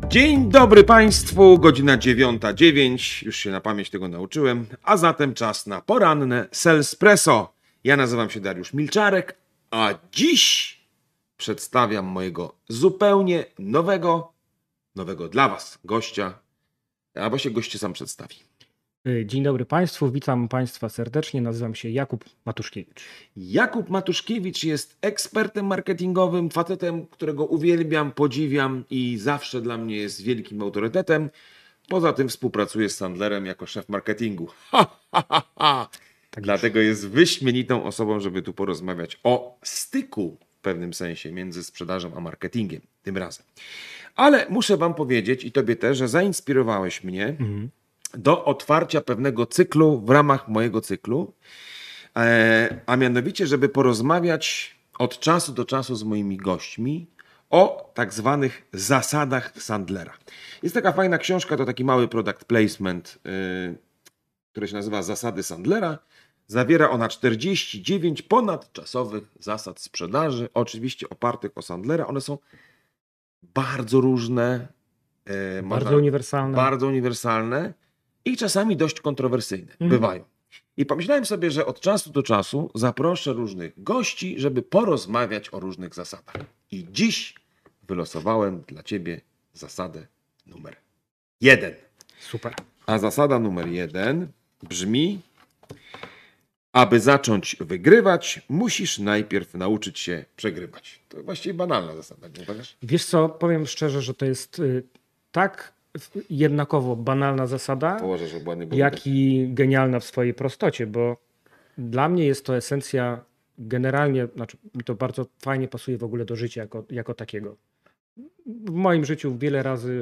Dzień dobry Państwu, godzina 9:09, już się na pamięć tego nauczyłem, a zatem czas na poranne Selspresso. Ja nazywam się Dariusz Milczarek, a dziś przedstawiam mojego zupełnie nowego dla Was gościa, a właściwie gość się sam przedstawi. Dzień dobry Państwu, witam Państwa serdecznie, nazywam się Jakub Matuszkiewicz. Jakub Matuszkiewicz jest ekspertem marketingowym, facetem, którego uwielbiam, podziwiam i zawsze dla mnie jest wielkim autorytetem. Poza tym współpracuje z Sandlerem jako szef marketingu. Tak. Dlatego jest wyśmienitą osobą, żeby tu porozmawiać o styku w pewnym sensie między sprzedażą a marketingiem tym razem. Ale muszę Wam powiedzieć i Tobie też, że zainspirowałeś mnie do otwarcia pewnego cyklu w ramach mojego cyklu, a mianowicie, żeby porozmawiać od czasu do czasu z moimi gośćmi o tak zwanych zasadach Sandlera. Jest taka fajna książka, to taki mały product placement, który się nazywa Zasady Sandlera. Zawiera ona 49 ponadczasowych zasad sprzedaży, oczywiście opartych o Sandlera. One są bardzo różne, bardzo uniwersalne i czasami dość kontrowersyjne bywają. I pomyślałem sobie, że od czasu do czasu zaproszę różnych gości, żeby porozmawiać o różnych zasadach. I dziś wylosowałem dla Ciebie zasadę numer 1. Super. A zasada numer 1 brzmi: aby zacząć wygrywać, musisz najpierw nauczyć się przegrywać. To właściwie banalna zasada, nie uważasz? Wiesz co, powiem szczerze, że to jest tak jednakowo banalna zasada, jak i genialna w swojej prostocie, bo dla mnie jest to esencja generalnie, znaczy mi to bardzo fajnie pasuje w ogóle do życia jako takiego. W moim życiu wiele razy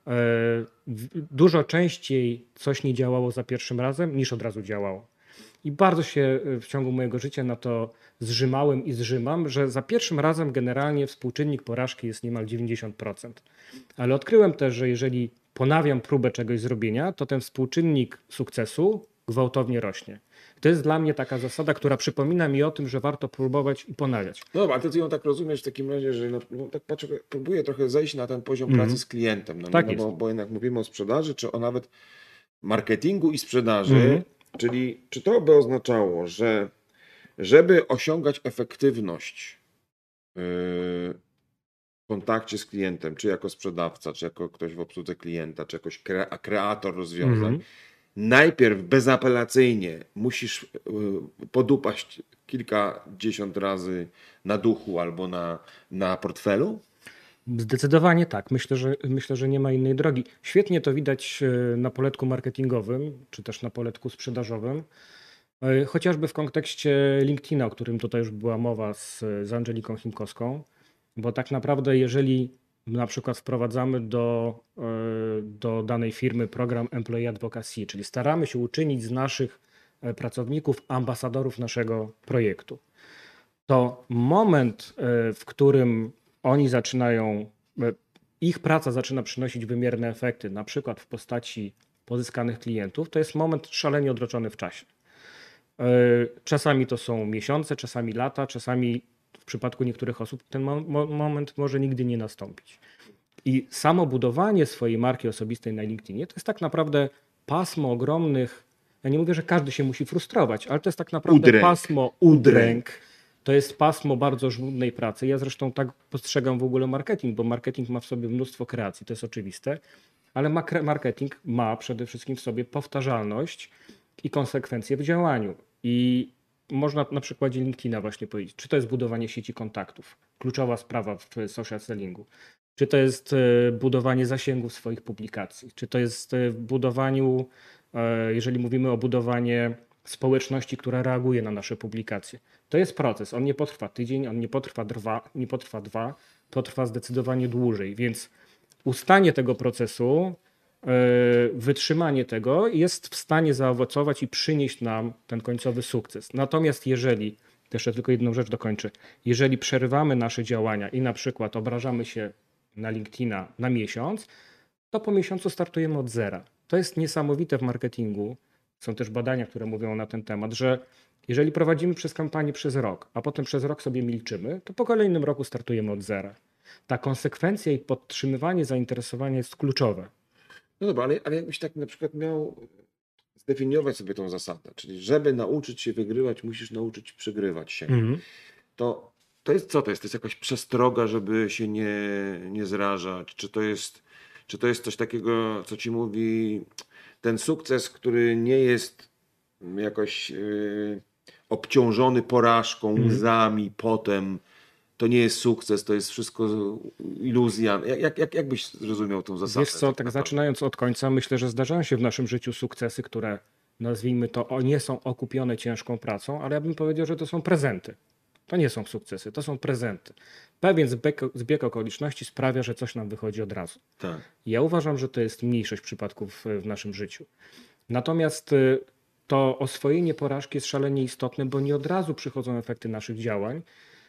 dużo częściej coś nie działało za pierwszym razem niż od razu działało. I bardzo się w ciągu mojego życia na to zrzymałem i zrzymam, że za pierwszym razem generalnie współczynnik porażki jest niemal 90%. Ale odkryłem też, że jeżeli ponawiam próbę czegoś zrobienia, to ten współczynnik sukcesu gwałtownie rośnie. To jest dla mnie taka zasada, która przypomina mi o tym, że warto próbować i ponawiać. No dobra, ale ty ją tak rozumiesz w takim razie, że tak patrzę, próbuję trochę zejść na ten poziom pracy z klientem. Bo jednak mówimy o sprzedaży, czy o nawet marketingu i sprzedaży. Czyli czy to by oznaczało, że żeby osiągać efektywność w kontakcie z klientem, czy jako sprzedawca, czy jako ktoś w obsłudze klienta, czy jakoś kreator rozwiązań, najpierw bezapelacyjnie musisz podupaść kilkadziesiąt razy na duchu albo na portfelu? Zdecydowanie tak. Myślę, że nie ma innej drogi. Świetnie to widać na poletku marketingowym, czy też na poletku sprzedażowym. Chociażby w kontekście LinkedIna, o którym tutaj już była mowa z Angeliką Chimkowską, bo tak naprawdę jeżeli na przykład wprowadzamy do danej firmy program Employee Advocacy, czyli staramy się uczynić z naszych pracowników ambasadorów naszego projektu, to moment, w którym oni ich praca zaczyna przynosić wymierne efekty, na przykład w postaci pozyskanych klientów, to jest moment szalenie odroczony w czasie. Czasami to są miesiące, czasami lata, czasami w przypadku niektórych osób ten moment może nigdy nie nastąpić. I samo budowanie swojej marki osobistej na LinkedInie to jest tak naprawdę pasmo ogromnych, ja nie mówię, że każdy się musi frustrować, ale to jest tak naprawdę pasmo udręk. To jest pasmo bardzo żmudnej pracy. Ja zresztą tak postrzegam w ogóle marketing, bo marketing ma w sobie mnóstwo kreacji, to jest oczywiste, ale marketing ma przede wszystkim w sobie powtarzalność i konsekwencje w działaniu. I można na przykładzie LinkedIna właśnie powiedzieć, czy to jest budowanie sieci kontaktów, kluczowa sprawa w social sellingu, czy to jest budowanie zasięgów swoich publikacji, czy to jest w budowaniu, jeżeli mówimy o budowaniu społeczności, która reaguje na nasze publikacje. To jest proces, on nie potrwa tydzień, on nie potrwa dwa, potrwa zdecydowanie dłużej, więc ustanie tego procesu, wytrzymanie tego jest w stanie zaowocować i przynieść nam ten końcowy sukces. Natomiast jeżeli, jeszcze tylko jedną rzecz dokończę, jeżeli przerywamy nasze działania i na przykład obrażamy się na LinkedIna na miesiąc, to po miesiącu startujemy od zera. To jest niesamowite w marketingu. Są też badania, które mówią na ten temat, że jeżeli prowadzimy przez kampanię przez rok, a potem przez rok sobie milczymy, to po kolejnym roku startujemy od zera. Ta konsekwencja i podtrzymywanie zainteresowania jest kluczowe. No dobra, ale jakbyś tak na przykład miał zdefiniować sobie tą zasadę, czyli żeby nauczyć się wygrywać, musisz nauczyć przegrywać się. Mhm. To jest co to jest? To jest jakaś przestroga, żeby się nie zrażać? Czy to jest coś takiego, co ci mówi ten sukces, który nie jest jakoś obciążony porażką, łzami, potem, to nie jest sukces, to jest wszystko iluzja. Jak byś zrozumiał tą zasadę? Wiesz co, tak naprawdę? zaczynając od końca, myślę, że zdarzają się w naszym życiu sukcesy, które nazwijmy to, nie są okupione ciężką pracą, ale ja bym powiedział, że to są prezenty. To nie są sukcesy, to są prezenty. Pewien zbieg okoliczności sprawia, że coś nam wychodzi od razu. Tak. Ja uważam, że to jest mniejszość przypadków w naszym życiu. Natomiast to oswojenie porażki jest szalenie istotne, bo nie od razu przychodzą efekty naszych działań.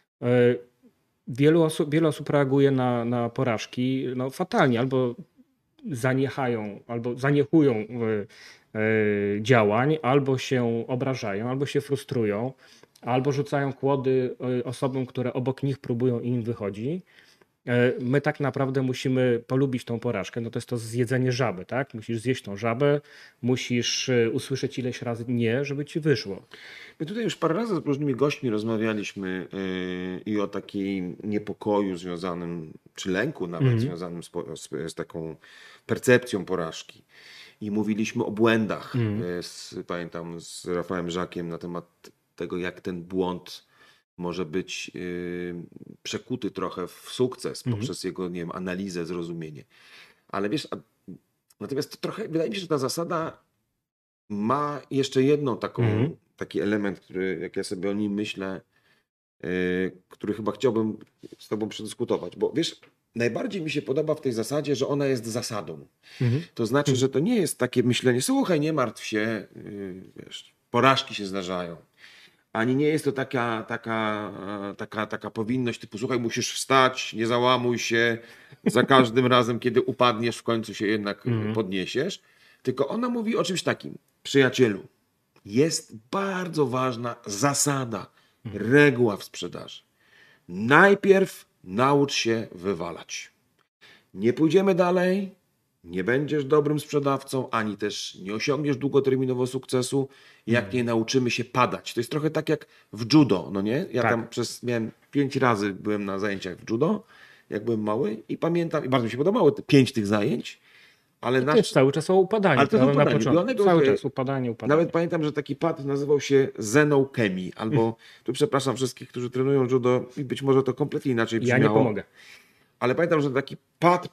Wiele osób reaguje na porażki fatalnie, albo zaniechają, albo zaniechują działań, albo się obrażają, albo się frustrują, albo rzucają kłody osobom, które obok nich próbują i im wychodzi. My tak naprawdę musimy polubić tą porażkę. No to jest to zjedzenie żaby, tak? Musisz zjeść tą żabę, musisz usłyszeć ileś razy nie, żeby ci wyszło. My tutaj już parę razy z różnymi gośćmi rozmawialiśmy i o takim niepokoju związanym, czy lęku nawet związanym z taką percepcją porażki. I mówiliśmy o błędach. Pamiętam z Rafałem Żakiem na temat tego, jak ten błąd może być przekuty trochę w sukces poprzez jego, nie wiem, analizę, zrozumienie. Ale wiesz, natomiast to trochę, wydaje mi się, że ta zasada ma jeszcze jedną taki element, który, jak ja sobie o nim myślę, który chyba chciałbym z tobą przedyskutować. Bo wiesz, najbardziej mi się podoba w tej zasadzie, że ona jest zasadą. To znaczy, że to nie jest takie myślenie, słuchaj, nie martw się, wiesz, porażki się zdarzają. Ani nie jest to taka powinność typu, słuchaj, musisz wstać, nie załamuj się, za każdym razem, kiedy upadniesz, w końcu się jednak podniesiesz. Tylko ona mówi o czymś takim, przyjacielu, jest bardzo ważna zasada, reguła w sprzedaży. Najpierw naucz się wywalać. Nie pójdziemy dalej, nie będziesz dobrym sprzedawcą, ani też nie osiągniesz długoterminowo sukcesu, jak nie nauczymy się padać. To jest trochę tak jak w judo, no nie? Ja Tak. tam miałem 5 razy byłem na zajęciach w judo, jak byłem mały i pamiętam, i bardzo mi się podobało 5 tych zajęć, ale To jest cały czas o upadaniu. Ale to jest prawda? upadanie. Na początku. I one były- Cały czas upadanie. nawet pamiętam, że taki pad nazywał się Zenokemi, albo tu przepraszam wszystkich, którzy trenują judo i być może to kompletnie inaczej Ja brzmiało. nie pomogę. Ale pamiętam, że taki pad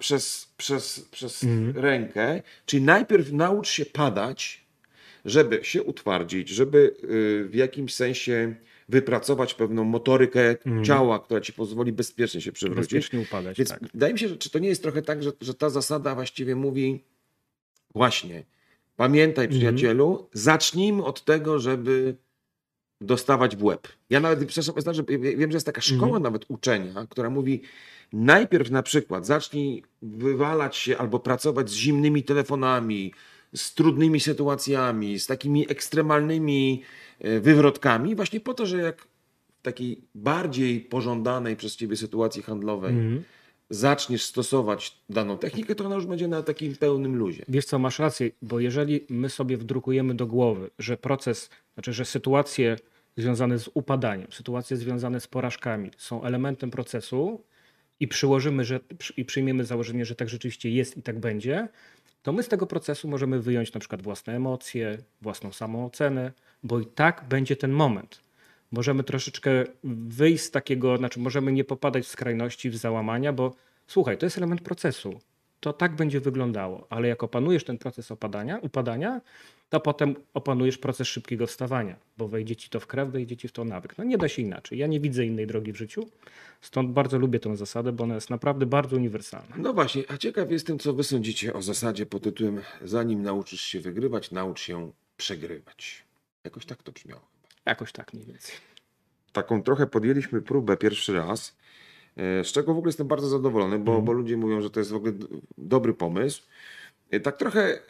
przez rękę, czyli najpierw naucz się padać, żeby się utwardzić, żeby w jakimś sensie wypracować pewną motorykę ciała, która ci pozwoli bezpiecznie się przewrócić. Bezpiecznie upadać. Więc Tak. wydaje mi się, że czy to nie jest trochę tak, że ta zasada właściwie mówi właśnie, pamiętaj przyjacielu, zacznijmy od tego, żeby dostawać w łeb. Ja nawet, przepraszam, że wiem, że jest taka szkoła nawet uczenia, która mówi najpierw na przykład zacznij wywalać się albo pracować z zimnymi telefonami, z trudnymi sytuacjami, z takimi ekstremalnymi wywrotkami, właśnie po to, że jak w takiej bardziej pożądanej przez ciebie sytuacji handlowej zaczniesz stosować daną technikę, to ona już będzie na takim pełnym luzie. Wiesz co, masz rację, bo jeżeli my sobie wdrukujemy do głowy, że że sytuacje związane z upadaniem, sytuacje związane z porażkami są elementem procesu i przyjmiemy założenie, że tak rzeczywiście jest i tak będzie, to my z tego procesu możemy wyjąć na przykład własne emocje, własną samoocenę, bo i tak będzie ten moment. Możemy troszeczkę wyjść z takiego, możemy nie popadać w skrajności, w załamania, bo słuchaj, to jest element procesu. To tak będzie wyglądało, ale jak opanujesz ten proces upadania, to potem opanujesz proces szybkiego wstawania, bo wejdzie ci to w krew, wejdzie ci w to nawyk. No nie da się inaczej. Ja nie widzę innej drogi w życiu, stąd bardzo lubię tę zasadę, bo ona jest naprawdę bardzo uniwersalna. No właśnie, a ciekaw jestem, co wy sądzicie o zasadzie pod tytułem zanim nauczysz się wygrywać, naucz się przegrywać. Jakoś tak to brzmiało. Jakoś tak mniej więcej. Taką trochę podjęliśmy próbę pierwszy raz, z czego w ogóle jestem bardzo zadowolony, bo ludzie mówią, że to jest w ogóle dobry pomysł. Tak trochę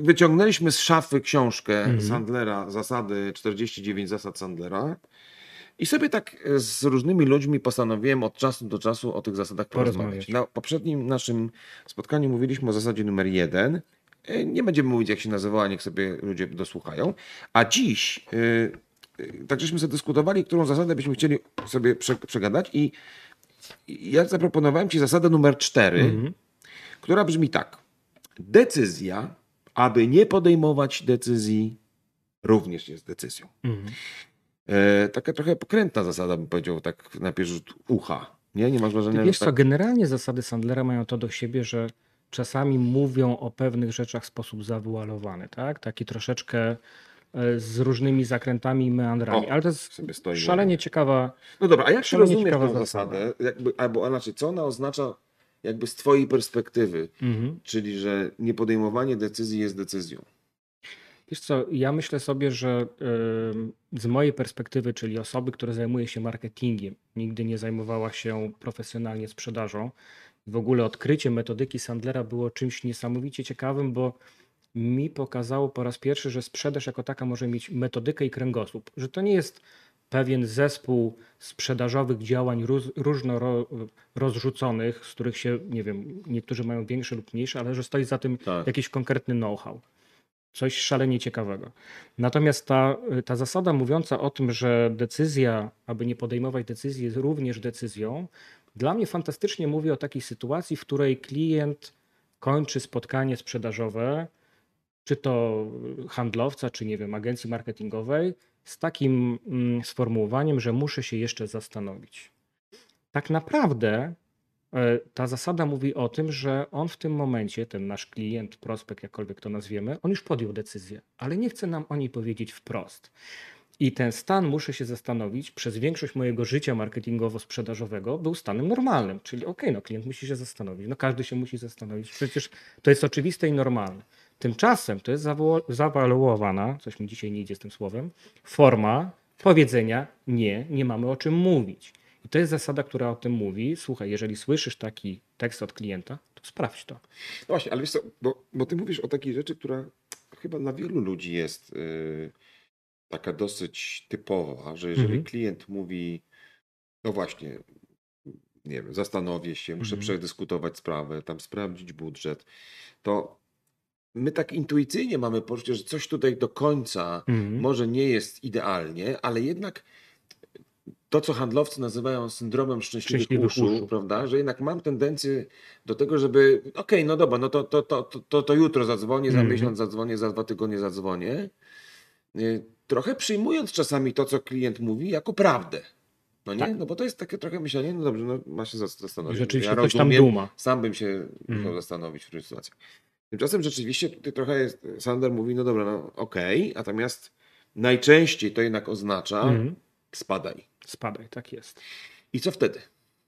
wyciągnęliśmy z szafy książkę Sandlera, zasady 49 zasad Sandlera I sobie tak z różnymi ludźmi postanowiłem od czasu do czasu o tych zasadach porozmawiać. Na poprzednim naszym spotkaniu mówiliśmy o zasadzie numer 1. Nie będziemy mówić, jak się nazywała, niech sobie ludzie dosłuchają. A dziś tak żeśmy sobie dyskutowali, którą zasadę byśmy chcieli sobie przegadać i ja zaproponowałem Ci zasadę numer 4, która brzmi tak. Decyzja, aby nie podejmować decyzji, również jest decyzją. Taka trochę pokrętna zasada, bym powiedział, tak na pierwszy rzut ucha. Nie masz wrażenia, Wiesz że co, generalnie zasady Sandlera mają to do siebie, że czasami mówią o pewnych rzeczach w sposób zawyualowany, tak? Taki troszeczkę z różnymi zakrętami i meandrami. Ale to jest szalenie ciekawa. No dobra, a jak się rozumiesz ciekawa tą zasadę? Albo inaczej, co ona oznacza jakby z twojej perspektywy? Czyli, że niepodejmowanie decyzji jest decyzją. Wiesz co, ja myślę sobie, że z mojej perspektywy, czyli osoby, która zajmuje się marketingiem, nigdy nie zajmowała się profesjonalnie sprzedażą. W ogóle odkrycie metodyki Sandlera było czymś niesamowicie ciekawym, bo mi pokazało po raz pierwszy, że sprzedaż jako taka może mieć metodykę i kręgosłup, że to nie jest pewien zespół sprzedażowych działań różno rozrzuconych, z których się, nie wiem, niektórzy mają większe lub mniejsze, ale że stoi za tym jakiś konkretny know-how. Coś szalenie ciekawego. Natomiast ta zasada mówiąca o tym, że decyzja, aby nie podejmować decyzji, jest również decyzją, dla mnie fantastycznie mówi o takiej sytuacji, w której klient kończy spotkanie sprzedażowe, czy to handlowca, czy nie wiem, agencji marketingowej, z takim sformułowaniem, że muszę się jeszcze zastanowić. Tak naprawdę ta zasada mówi o tym, że on w tym momencie, ten nasz klient, prospekt, jakkolwiek to nazwiemy, on już podjął decyzję, ale nie chce nam o niej powiedzieć wprost. I ten stan muszę się zastanowić, przez większość mojego życia marketingowo-sprzedażowego był stanem normalnym. Czyli no klient musi się zastanowić. No każdy się musi zastanowić. Przecież to jest oczywiste i normalne. Tymczasem to jest zawaluowana, coś mi dzisiaj nie idzie z tym słowem, forma powiedzenia nie mamy o czym mówić. I to jest zasada, która o tym mówi. Słuchaj, jeżeli słyszysz taki tekst od klienta, to sprawdź to. No właśnie, ale wiesz co, bo ty mówisz o takiej rzeczy, która chyba dla wielu ludzi jest taka dosyć typowa, że jeżeli klient mówi, no właśnie, nie wiem, zastanowię się, muszę przedyskutować sprawę, tam sprawdzić budżet, to my tak intuicyjnie mamy poczucie, że coś tutaj do końca może nie jest idealnie, ale jednak to, co handlowcy nazywają syndromem szczęśliwych uszu, prawda? Że jednak mam tendencję do tego, żeby no dobra, no to jutro zadzwonię, za miesiąc zadzwonię, za 2 tygodnie zadzwonię. Trochę przyjmując czasami to, co klient mówi, jako prawdę. No nie? Tak. No bo to jest takie trochę myślenie, no dobrze, no ma się zastanowić. Rzeczywiście ktoś tam duma. Sam bym się musiał zastanowić w tej sytuacji. Tymczasem rzeczywiście tutaj trochę jest, Sander mówi, no dobra, no okej, natomiast najczęściej to jednak oznacza spadaj. Spadaj, tak jest. I co wtedy?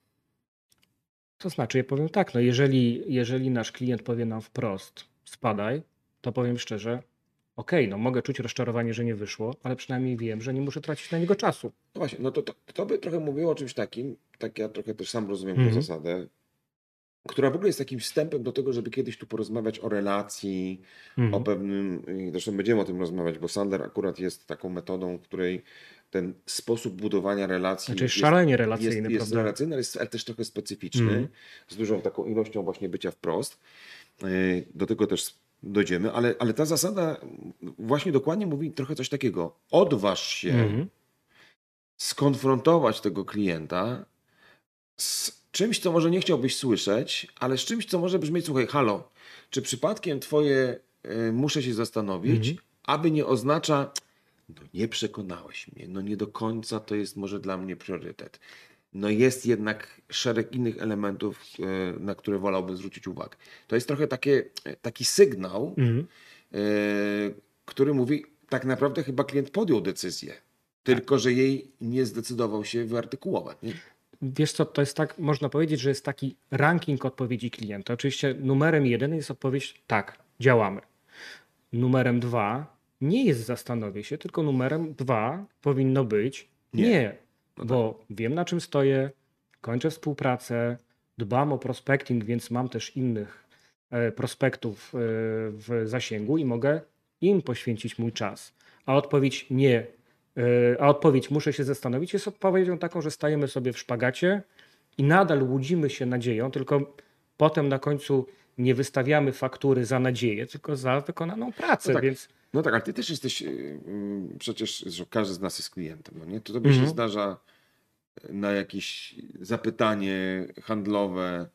To znaczy, ja powiem tak, no jeżeli nasz klient powie nam wprost spadaj, to powiem szczerze, no mogę czuć rozczarowanie, że nie wyszło, ale przynajmniej wiem, że nie muszę tracić na niego czasu. No właśnie, no to by trochę mówiło o czymś takim, tak ja trochę też sam rozumiem tę zasadę, która w ogóle jest takim wstępem do tego, żeby kiedyś tu porozmawiać o relacji, o pewnym, zresztą będziemy o tym rozmawiać, bo Sandler akurat jest taką metodą, w której ten sposób budowania relacji znaczy jest szalenie relacyjny, jest relacyjny, ale też trochę specyficzny, z dużą taką ilością właśnie bycia wprost. Do tego też dojdziemy, ale ta zasada właśnie dokładnie mówi trochę coś takiego. Odważ się skonfrontować tego klienta z czymś, co może nie chciałbyś słyszeć, ale z czymś, co może brzmieć, słuchaj, halo, czy przypadkiem twoje muszę się zastanowić, aby nie oznacza, no nie przekonałeś mnie, no nie do końca to jest może dla mnie priorytet. No jest jednak szereg innych elementów, na które wolałbym zwrócić uwagę. To jest trochę taki sygnał, który mówi, tak naprawdę chyba klient podjął decyzję, tylko że jej nie zdecydował się wyartykułować. Nie? Wiesz co, to jest tak, można powiedzieć, że jest taki ranking odpowiedzi klienta. Oczywiście numerem 1 jest odpowiedź tak, działamy. Numerem 2 nie jest zastanowię się, tylko numerem 2 powinno być nie. No bo tak. Wiem, na czym stoję, kończę współpracę, dbam o prospecting, więc mam też innych prospektów w zasięgu i mogę im poświęcić mój czas. A odpowiedź nie A odpowiedź muszę się zastanowić jest odpowiedzią taką, że stajemy sobie w szpagacie i nadal łudzimy się nadzieją, tylko potem na końcu nie wystawiamy faktury za nadzieję, tylko za wykonaną pracę, tak. więc No tak, ale ty też jesteś, przecież że każdy z nas jest klientem, no nie? To tobie się zdarza na jakieś zapytanie handlowe,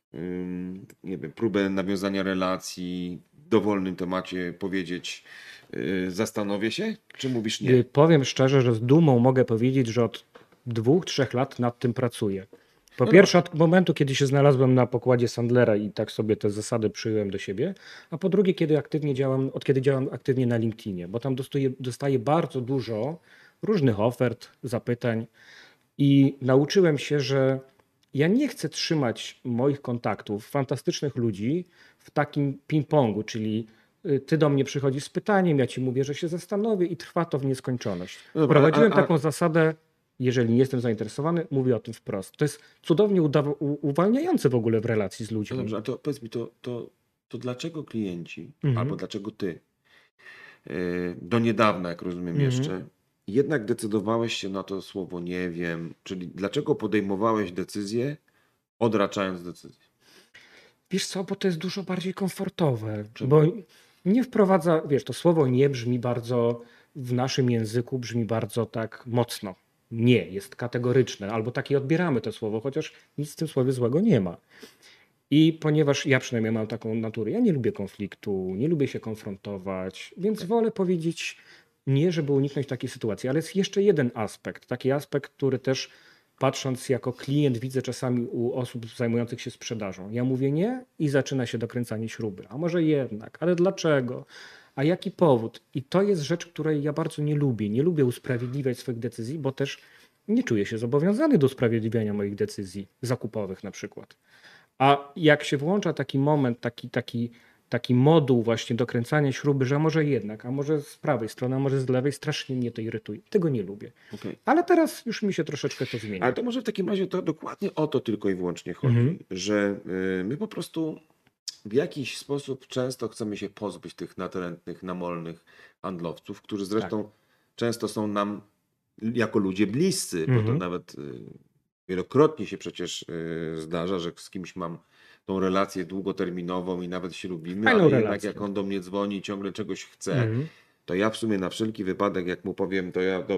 nie wiem, próbę nawiązania relacji w dowolnym temacie powiedzieć, zastanowię się, czy mówisz nie? powiem szczerze, że z dumą mogę powiedzieć, że od 2-3 lat nad tym pracuję. Po No pierwsze od momentu, kiedy się znalazłem na pokładzie Sandlera i tak sobie te zasady przyjąłem do siebie, a po drugie, od kiedy działam aktywnie na LinkedInie, bo tam dostaję bardzo dużo różnych ofert, zapytań i nauczyłem się, że ja nie chcę trzymać moich kontaktów, fantastycznych ludzi w takim ping-pongu, czyli ty do mnie przychodzisz z pytaniem, ja ci mówię, że się zastanowię i trwa to w nieskończoność. No dobra, Wprowadziłem taką zasadę, jeżeli nie jestem zainteresowany, mówię o tym wprost. To jest cudownie uwalniające w ogóle w relacji z no ludźmi. dobrze, a to powiedz mi, to dlaczego klienci, albo dlaczego ty, do niedawna, jak rozumiem jeszcze, jednak decydowałeś się na to słowo nie wiem, czyli dlaczego podejmowałeś decyzję, odraczając decyzję? Wiesz co, bo to jest dużo bardziej komfortowe, bo nie wprowadza, wiesz, to słowo nie brzmi bardzo, w naszym języku brzmi bardzo tak mocno. Nie, jest kategoryczne, albo takie odbieramy to słowo, chociaż nic w tym słowie złego nie ma. I ponieważ ja przynajmniej mam taką naturę, ja nie lubię konfliktu, nie lubię się konfrontować, więc wolę powiedzieć nie, żeby uniknąć takiej sytuacji. Ale jest jeszcze jeden aspekt, taki aspekt, który też patrząc jako klient widzę czasami u osób zajmujących się sprzedażą. Ja mówię nie i zaczyna się dokręcanie śruby. A może jednak, ale dlaczego? A jaki powód? I to jest rzecz, której ja bardzo nie lubię. Nie lubię usprawiedliwiać swoich decyzji, bo też nie czuję się zobowiązany do usprawiedliwiania moich decyzji zakupowych na przykład. A jak się włącza taki moment, taki moduł właśnie dokręcania śruby, że może jednak, a może z prawej strony, a może z lewej, strasznie mnie to irytuje. Tego nie lubię. Okej. Ale teraz już mi się troszeczkę to zmienia. Ale to może w takim razie to dokładnie o to tylko i wyłącznie chodzi, że my po prostu w jakiś sposób często chcemy się pozbyć tych natrętnych, namolnych handlowców, którzy zresztą często są nam jako ludzie bliscy, bo to nawet wielokrotnie się przecież zdarza, że z kimś mam tą relację długoterminową i nawet się lubimy, Fajną ale jednak relację. jak on do mnie dzwoni i ciągle czegoś chce, to ja w sumie na wszelki wypadek, jak mu powiem,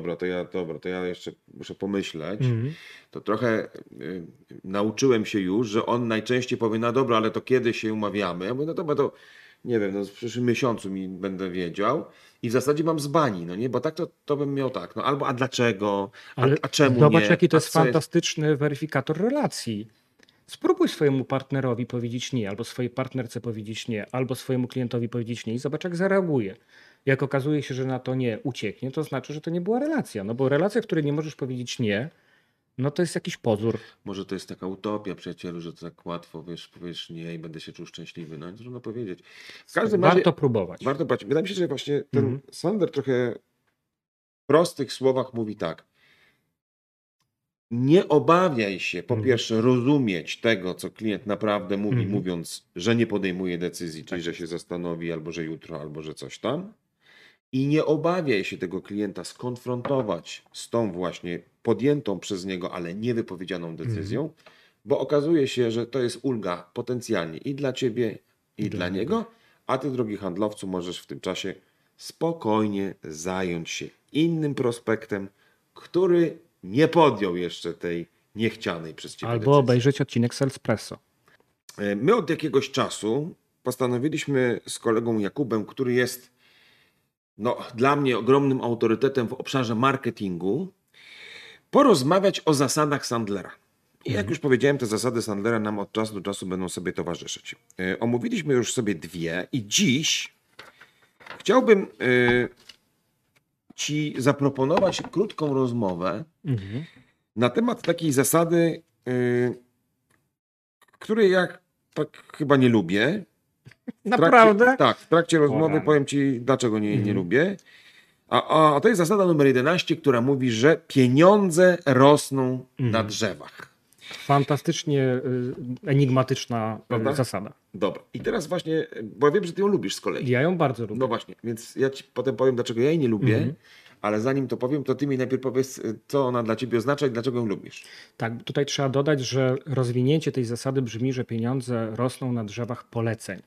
to ja jeszcze muszę pomyśleć, to trochę nauczyłem się już, że on najczęściej powie, no dobra, ale to kiedy się umawiamy? Ja mówię, no dobra, to nie wiem, no w przyszłym miesiącu mi będę wiedział i w zasadzie mam z bani, no nie, bo tak to bym miał tak, no albo a dlaczego, Ale a czemu zobacz, nie, jaki to a jest co fantastyczny weryfikator relacji. Spróbuj swojemu partnerowi powiedzieć nie, albo swojej partnerce powiedzieć nie, albo swojemu klientowi powiedzieć nie i zobacz, jak zareaguje. Jak okazuje się, że na to nie ucieknie, to znaczy, że to nie była relacja. No bo relacja, w której nie możesz powiedzieć nie, no to jest jakiś pozór. Może to jest taka utopia, przyjacielu, że to tak łatwo, wiesz, powiesz nie i będę się czuł szczęśliwy. No, trudno powiedzieć. W każdym razie Warto próbować. warto brać. Wydaje mi się, że właśnie ten Sander trochę w prostych słowach mówi tak. Nie obawiaj się, po pierwsze, rozumieć tego, co klient naprawdę mówi, mówiąc, że nie podejmuje decyzji, czyli że się zastanowi, albo że jutro, albo że coś tam. I nie obawiaj się tego klienta skonfrontować z tą właśnie podjętą przez niego, ale niewypowiedzianą decyzją, bo okazuje się, że to jest ulga potencjalnie i dla ciebie, i dla niego, a ty, drogi handlowcu, możesz w tym czasie spokojnie zająć się innym prospektem, który nie podjął jeszcze tej niechcianej przez ciebie Albo decyzji. obejrzeć odcinek Salespresso. My od jakiegoś czasu postanowiliśmy z kolegą Jakubem, który jest dla mnie ogromnym autorytetem w obszarze marketingu, porozmawiać o zasadach Sandlera. I jak już powiedziałem, te zasady Sandlera nam od czasu do czasu będą sobie towarzyszyć. Omówiliśmy już sobie 2 i dziś chciałbym ci zaproponować krótką rozmowę na temat takiej zasady, której ja tak chyba nie lubię. Naprawdę? Tak, w trakcie rozmowy rany. powiem ci, dlaczego nie lubię. A to jest zasada numer 11, która mówi, że pieniądze rosną na drzewach. Fantastycznie enigmatyczna Prawda? zasada. Dobra. I teraz właśnie, bo ja wiem, że ty ją lubisz z kolei. Ja ją bardzo lubię. No właśnie, więc ja ci potem powiem, dlaczego ja jej nie lubię. ale zanim to powiem, to ty mi najpierw powiedz, co ona dla ciebie oznacza i dlaczego ją lubisz. Tak, tutaj trzeba dodać, że rozwinięcie tej zasady brzmi, że pieniądze rosną na drzewach poleceń.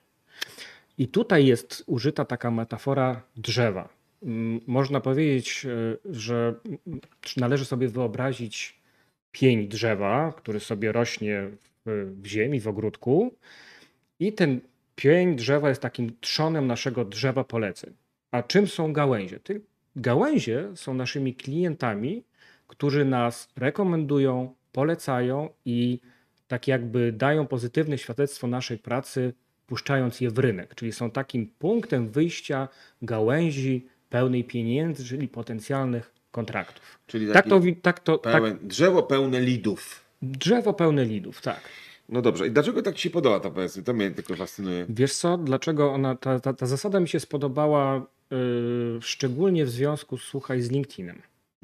I tutaj jest użyta taka metafora drzewa. Można powiedzieć, że należy sobie wyobrazić pień drzewa, który sobie rośnie w ziemi, w ogródku, i ten pień drzewa jest takim trzonem naszego drzewa poleceń. A czym są gałęzie? Te gałęzie są naszymi klientami, którzy nas rekomendują, polecają i tak jakby dają pozytywne świadectwo naszej pracy, puszczając je w rynek. Czyli są takim punktem wyjścia gałęzi pełnej pieniędzy, czyli potencjalnych kontraktów. Czyli Tak taki drzewo pełne lidów. Drzewo pełne lidów, tak. No dobrze, i dlaczego tak ci się podoba ta powiedzmy? To mnie tylko fascynuje. Wiesz co, dlaczego ta zasada mi się spodobała szczególnie w związku, słuchaj, z LinkedInem.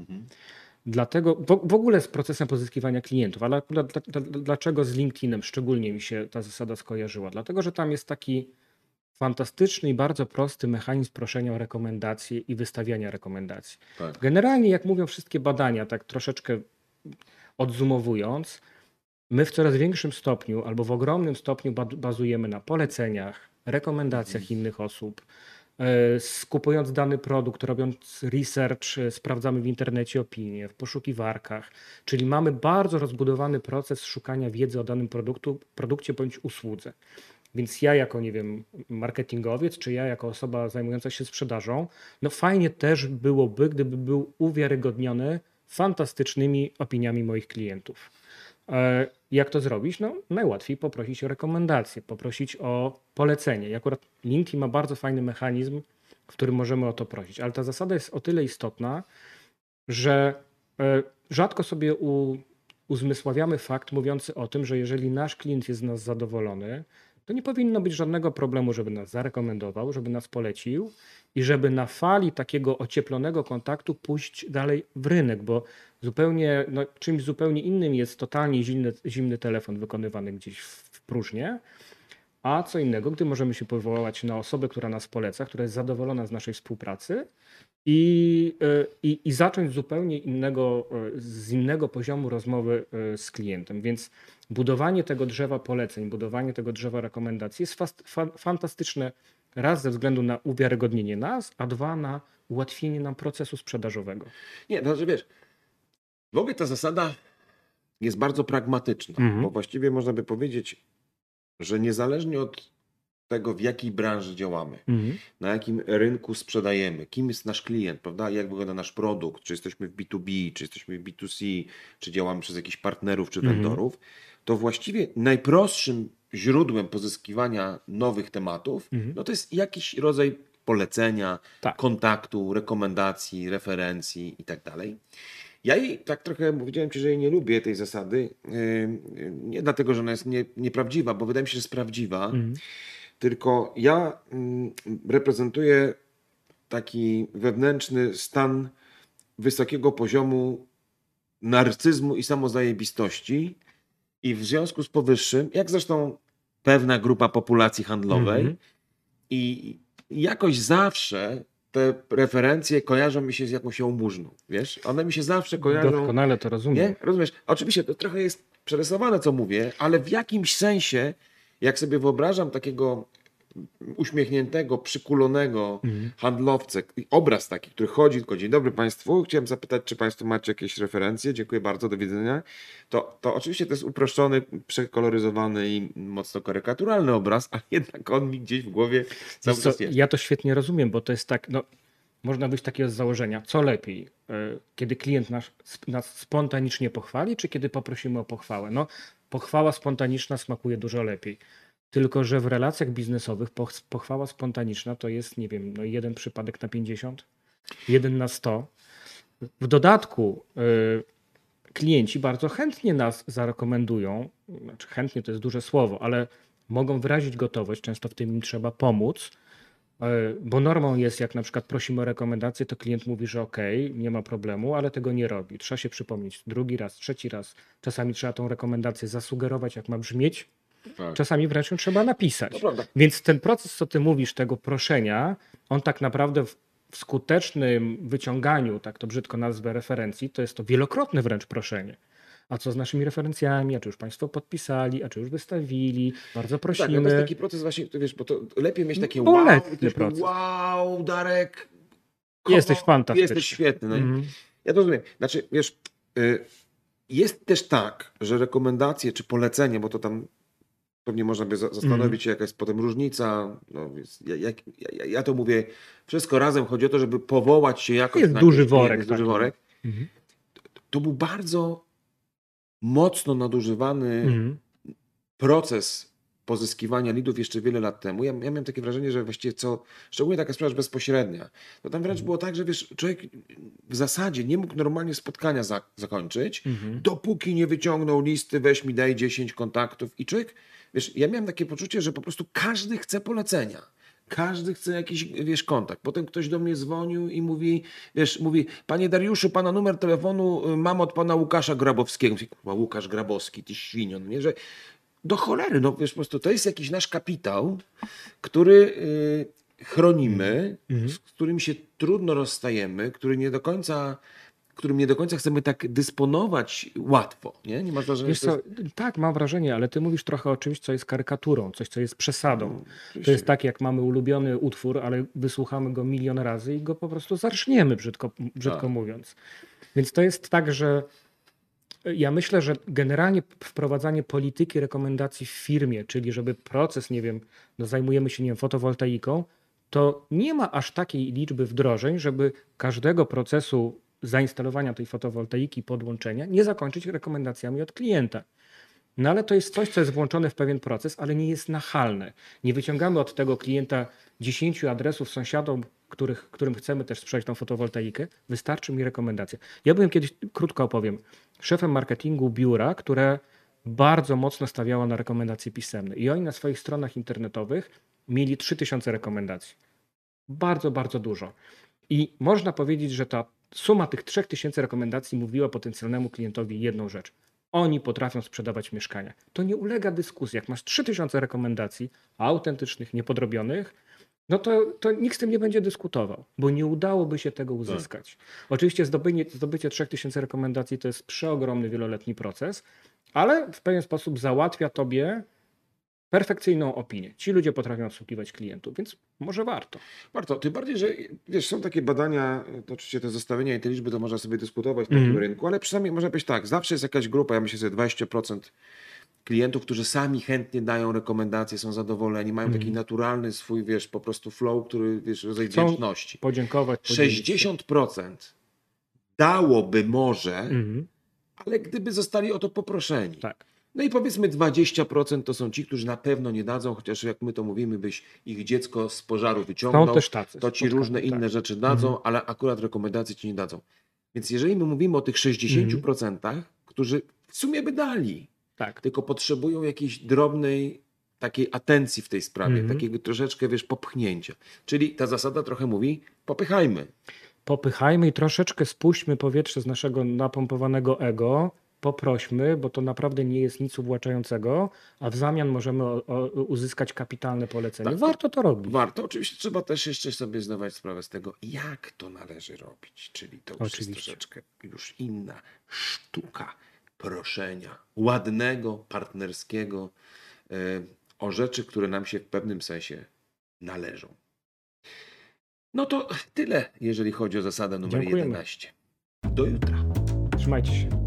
Dlatego, w ogóle z procesem pozyskiwania klientów, ale dlaczego z LinkedInem szczególnie mi się ta zasada skojarzyła? Dlatego, że tam jest taki fantastyczny i bardzo prosty mechanizm proszenia o rekomendacje i wystawiania rekomendacji. Tak. Generalnie, jak mówią wszystkie badania, tak troszeczkę odzumowując, my w coraz większym stopniu albo w ogromnym stopniu bazujemy na poleceniach, rekomendacjach innych osób. Skupując dany produkt, robiąc research, sprawdzamy w internecie opinie, w poszukiwarkach, czyli mamy bardzo rozbudowany proces szukania wiedzy o danym produkcie bądź usłudze. Więc ja jako, nie wiem, marketingowiec, czy ja jako osoba zajmująca się sprzedażą, no fajnie też byłoby, gdyby był uwiarygodniony fantastycznymi opiniami moich klientów. Jak to zrobić? No, najłatwiej poprosić o rekomendację, poprosić o polecenie. I akurat LinkedIn ma bardzo fajny mechanizm, w którym możemy o to prosić. Ale ta zasada jest o tyle istotna, że rzadko sobie uzmysławiamy fakt mówiący o tym, że jeżeli nasz klient jest z nas zadowolony, to nie powinno być żadnego problemu, żeby nas zarekomendował, żeby nas polecił i żeby na fali takiego ocieplonego kontaktu pójść dalej w rynek, bo zupełnie, czymś zupełnie innym jest totalnie zimny telefon wykonywany gdzieś w próżnię, a co innego, gdy możemy się powołać na osobę, która nas poleca, która jest zadowolona z naszej współpracy i zacząć zupełnie z innego poziomu rozmowy z klientem. Więc budowanie tego drzewa poleceń, budowanie tego drzewa rekomendacji jest fantastyczne, raz ze względu na uwiarygodnienie nas, a dwa na ułatwienie nam procesu sprzedażowego. Nie, to znaczy wiesz, w ogóle ta zasada jest bardzo pragmatyczna, bo właściwie można by powiedzieć, że niezależnie od tego, w jakiej branży działamy, na jakim rynku sprzedajemy, kim jest nasz klient, prawda, jak wygląda nasz produkt, czy jesteśmy w B2B, czy jesteśmy w B2C, czy działamy przez jakichś partnerów, czy vendorów, to właściwie najprostszym źródłem pozyskiwania nowych tematów, no to jest jakiś rodzaj polecenia, kontaktu, rekomendacji, referencji i tak dalej. Ja jej tak trochę powiedziałem ci, że jej nie lubię, tej zasady, nie dlatego, że ona jest nieprawdziwa, bo wydaje mi się, że jest prawdziwa, tylko ja reprezentuję taki wewnętrzny stan wysokiego poziomu narcyzmu i samozajebistości i w związku z powyższym, jak zresztą pewna grupa populacji handlowej i jakoś zawsze te referencje kojarzą mi się z jakąś jałmużną, wiesz? One mi się zawsze kojarzą... Doskonale to rozumiem. Nie? Rozumiesz? Oczywiście to trochę jest przerysowane, co mówię, ale w jakimś sensie, jak sobie wyobrażam takiego uśmiechniętego, przykulonego handlowcę, obraz taki, który chodzi, tylko dzień dobry Państwu, chciałem zapytać, czy Państwo macie jakieś referencje, dziękuję bardzo, do widzenia. To oczywiście to jest uproszczony, przekoloryzowany i mocno karykaturalny obraz, a jednak on mi gdzieś w głowie cały czas jest. Ja to świetnie rozumiem, bo to jest tak, można wyjść z takiego założenia, co lepiej, kiedy klient nas spontanicznie pochwali, czy kiedy poprosimy o pochwałę? No, pochwała spontaniczna smakuje dużo lepiej. Tylko że w relacjach biznesowych pochwała spontaniczna to jest, nie wiem, 1 przypadek na 50, 1 na 100. W dodatku klienci bardzo chętnie nas zarekomendują, znaczy chętnie to jest duże słowo, ale mogą wyrazić gotowość, często w tym im trzeba pomóc, bo normą jest, jak na przykład prosimy o rekomendację, to klient mówi, że okej, nie ma problemu, ale tego nie robi. Trzeba się przypomnieć drugi raz, trzeci raz. Czasami trzeba tą rekomendację zasugerować, jak ma brzmieć. Tak. Czasami wręcz ją trzeba napisać. To prawda. Więc ten proces, co ty mówisz, tego proszenia, on tak naprawdę w skutecznym wyciąganiu, tak to brzydko nazwę, referencji, to jest to wielokrotne wręcz proszenie. A co z naszymi referencjami? A czy już Państwo podpisali? A czy już wystawili? Bardzo Tak, no to jest prosimy. taki proces właśnie, to wiesz, bo to lepiej mieć takie Boletny wow, ktoś powie, proces. wow, Darek, Jesteś fantastyczny. jesteś świetny. No i Mhm. ja to rozumiem. Znaczy, wiesz, jest też tak, że rekomendacje czy polecenie, bo to tam pewnie można by zastanowić się, jaka jest potem różnica. No, więc ja to mówię, wszystko razem chodzi o to, żeby powołać się jakoś Jest na duży jakiś klient, worek jest duży taki. worek. Mhm. To był bardzo mocno nadużywany Mhm. proces pozyskiwania lidów jeszcze wiele lat temu. Ja miałem takie wrażenie, że właściwie szczególnie taka sprzedaż bezpośrednia, to tam wręcz było tak, że wiesz, człowiek w zasadzie nie mógł normalnie spotkania zakończyć, dopóki nie wyciągnął listy, weź mi daj 10 kontaktów i człowiek, wiesz, ja miałem takie poczucie, że po prostu każdy chce polecenia. Każdy chce jakiś, wiesz, kontakt. Potem ktoś do mnie dzwonił i mówi, panie Dariuszu, pana numer telefonu mam od pana Łukasza Grabowskiego. Łukasz Grabowski, ty świnio, no nie, że do cholery, no wiesz, po prostu to jest jakiś nasz kapitał, który chronimy, z którym się trudno rozstajemy, którym nie do końca chcemy tak dysponować łatwo, nie? Nie masz wrażenia, Wiesz że to co, tak, mam wrażenie, ale ty mówisz trochę o czymś, co jest karykaturą, coś, co jest przesadą. To jest tak, jak mamy ulubiony utwór, ale wysłuchamy go milion razy i go po prostu zarżniemy, brzydko mówiąc. Więc to jest tak, że ja myślę, że generalnie wprowadzanie polityki rekomendacji w firmie, czyli żeby proces, nie wiem, no zajmujemy się, nie wiem, fotowoltaiką, to nie ma aż takiej liczby wdrożeń, żeby każdego procesu zainstalowania tej fotowoltaiki, podłączenia, nie zakończyć rekomendacjami od klienta. No ale to jest coś, co jest włączone w pewien proces, ale nie jest nachalne. Nie wyciągamy od tego klienta 10 adresów sąsiadom, którym chcemy też sprzedać tą fotowoltaikę. Wystarczy mi rekomendacja. Ja byłem kiedyś, krótko opowiem, szefem marketingu biura, które bardzo mocno stawiało na rekomendacje pisemne. I oni na swoich stronach internetowych mieli 3000 rekomendacji. Bardzo, bardzo dużo. I można powiedzieć, że ta suma tych 3000 rekomendacji mówiła potencjalnemu klientowi jedną rzecz. Oni potrafią sprzedawać mieszkania. To nie ulega dyskusji. Jak masz 3000 rekomendacji autentycznych, niepodrobionych, no to nikt z tym nie będzie dyskutował, bo nie udałoby się tego uzyskać. Oczywiście zdobycie 3000 rekomendacji to jest przeogromny, wieloletni proces, ale w pewien sposób załatwia tobie perfekcyjną opinię. Ci ludzie potrafią obsługiwać klientów, więc może warto. Warto, tym bardziej, że wiesz, są takie badania, to oczywiście te zestawienia i te liczby to można sobie dyskutować na takim rynku, ale przynajmniej można powiedzieć tak, zawsze jest jakaś grupa, ja myślę sobie 20% klientów, którzy sami chętnie dają rekomendacje, są zadowoleni, mają taki naturalny swój, wiesz, po prostu flow, który, wiesz, rodzaj Chcą wdzięczności. podziękować. podzielić się. 60% dałoby może, ale gdyby zostali o to poproszeni. Tak. No i powiedzmy 20% to są ci, którzy na pewno nie dadzą, chociaż jak my to mówimy, byś ich dziecko z pożaru wyciągnął, Są też tacy. to ci spotkamy, różne inne tak. rzeczy dadzą, ale akurat rekomendacje ci nie dadzą. Więc jeżeli my mówimy o tych 60%, którzy w sumie by dali, Tak. tylko potrzebują jakiejś drobnej takiej atencji w tej sprawie, takiego troszeczkę, wiesz, popchnięcia. Czyli ta zasada trochę mówi, popychajmy. Popychajmy i troszeczkę spuśćmy powietrze z naszego napompowanego ego, poprośmy, bo to naprawdę nie jest nic uwłaczającego, a w zamian możemy uzyskać kapitalne polecenie. Tak. Warto to robić. Warto. Oczywiście trzeba też jeszcze sobie zdawać sprawę z tego, jak to należy robić. Czyli to już jest troszeczkę już inna sztuka proszenia. Ładnego, partnerskiego, o rzeczy, które nam się w pewnym sensie należą. No to tyle, jeżeli chodzi o zasadę numer Dziękujemy. 11. Do jutra. Trzymajcie się.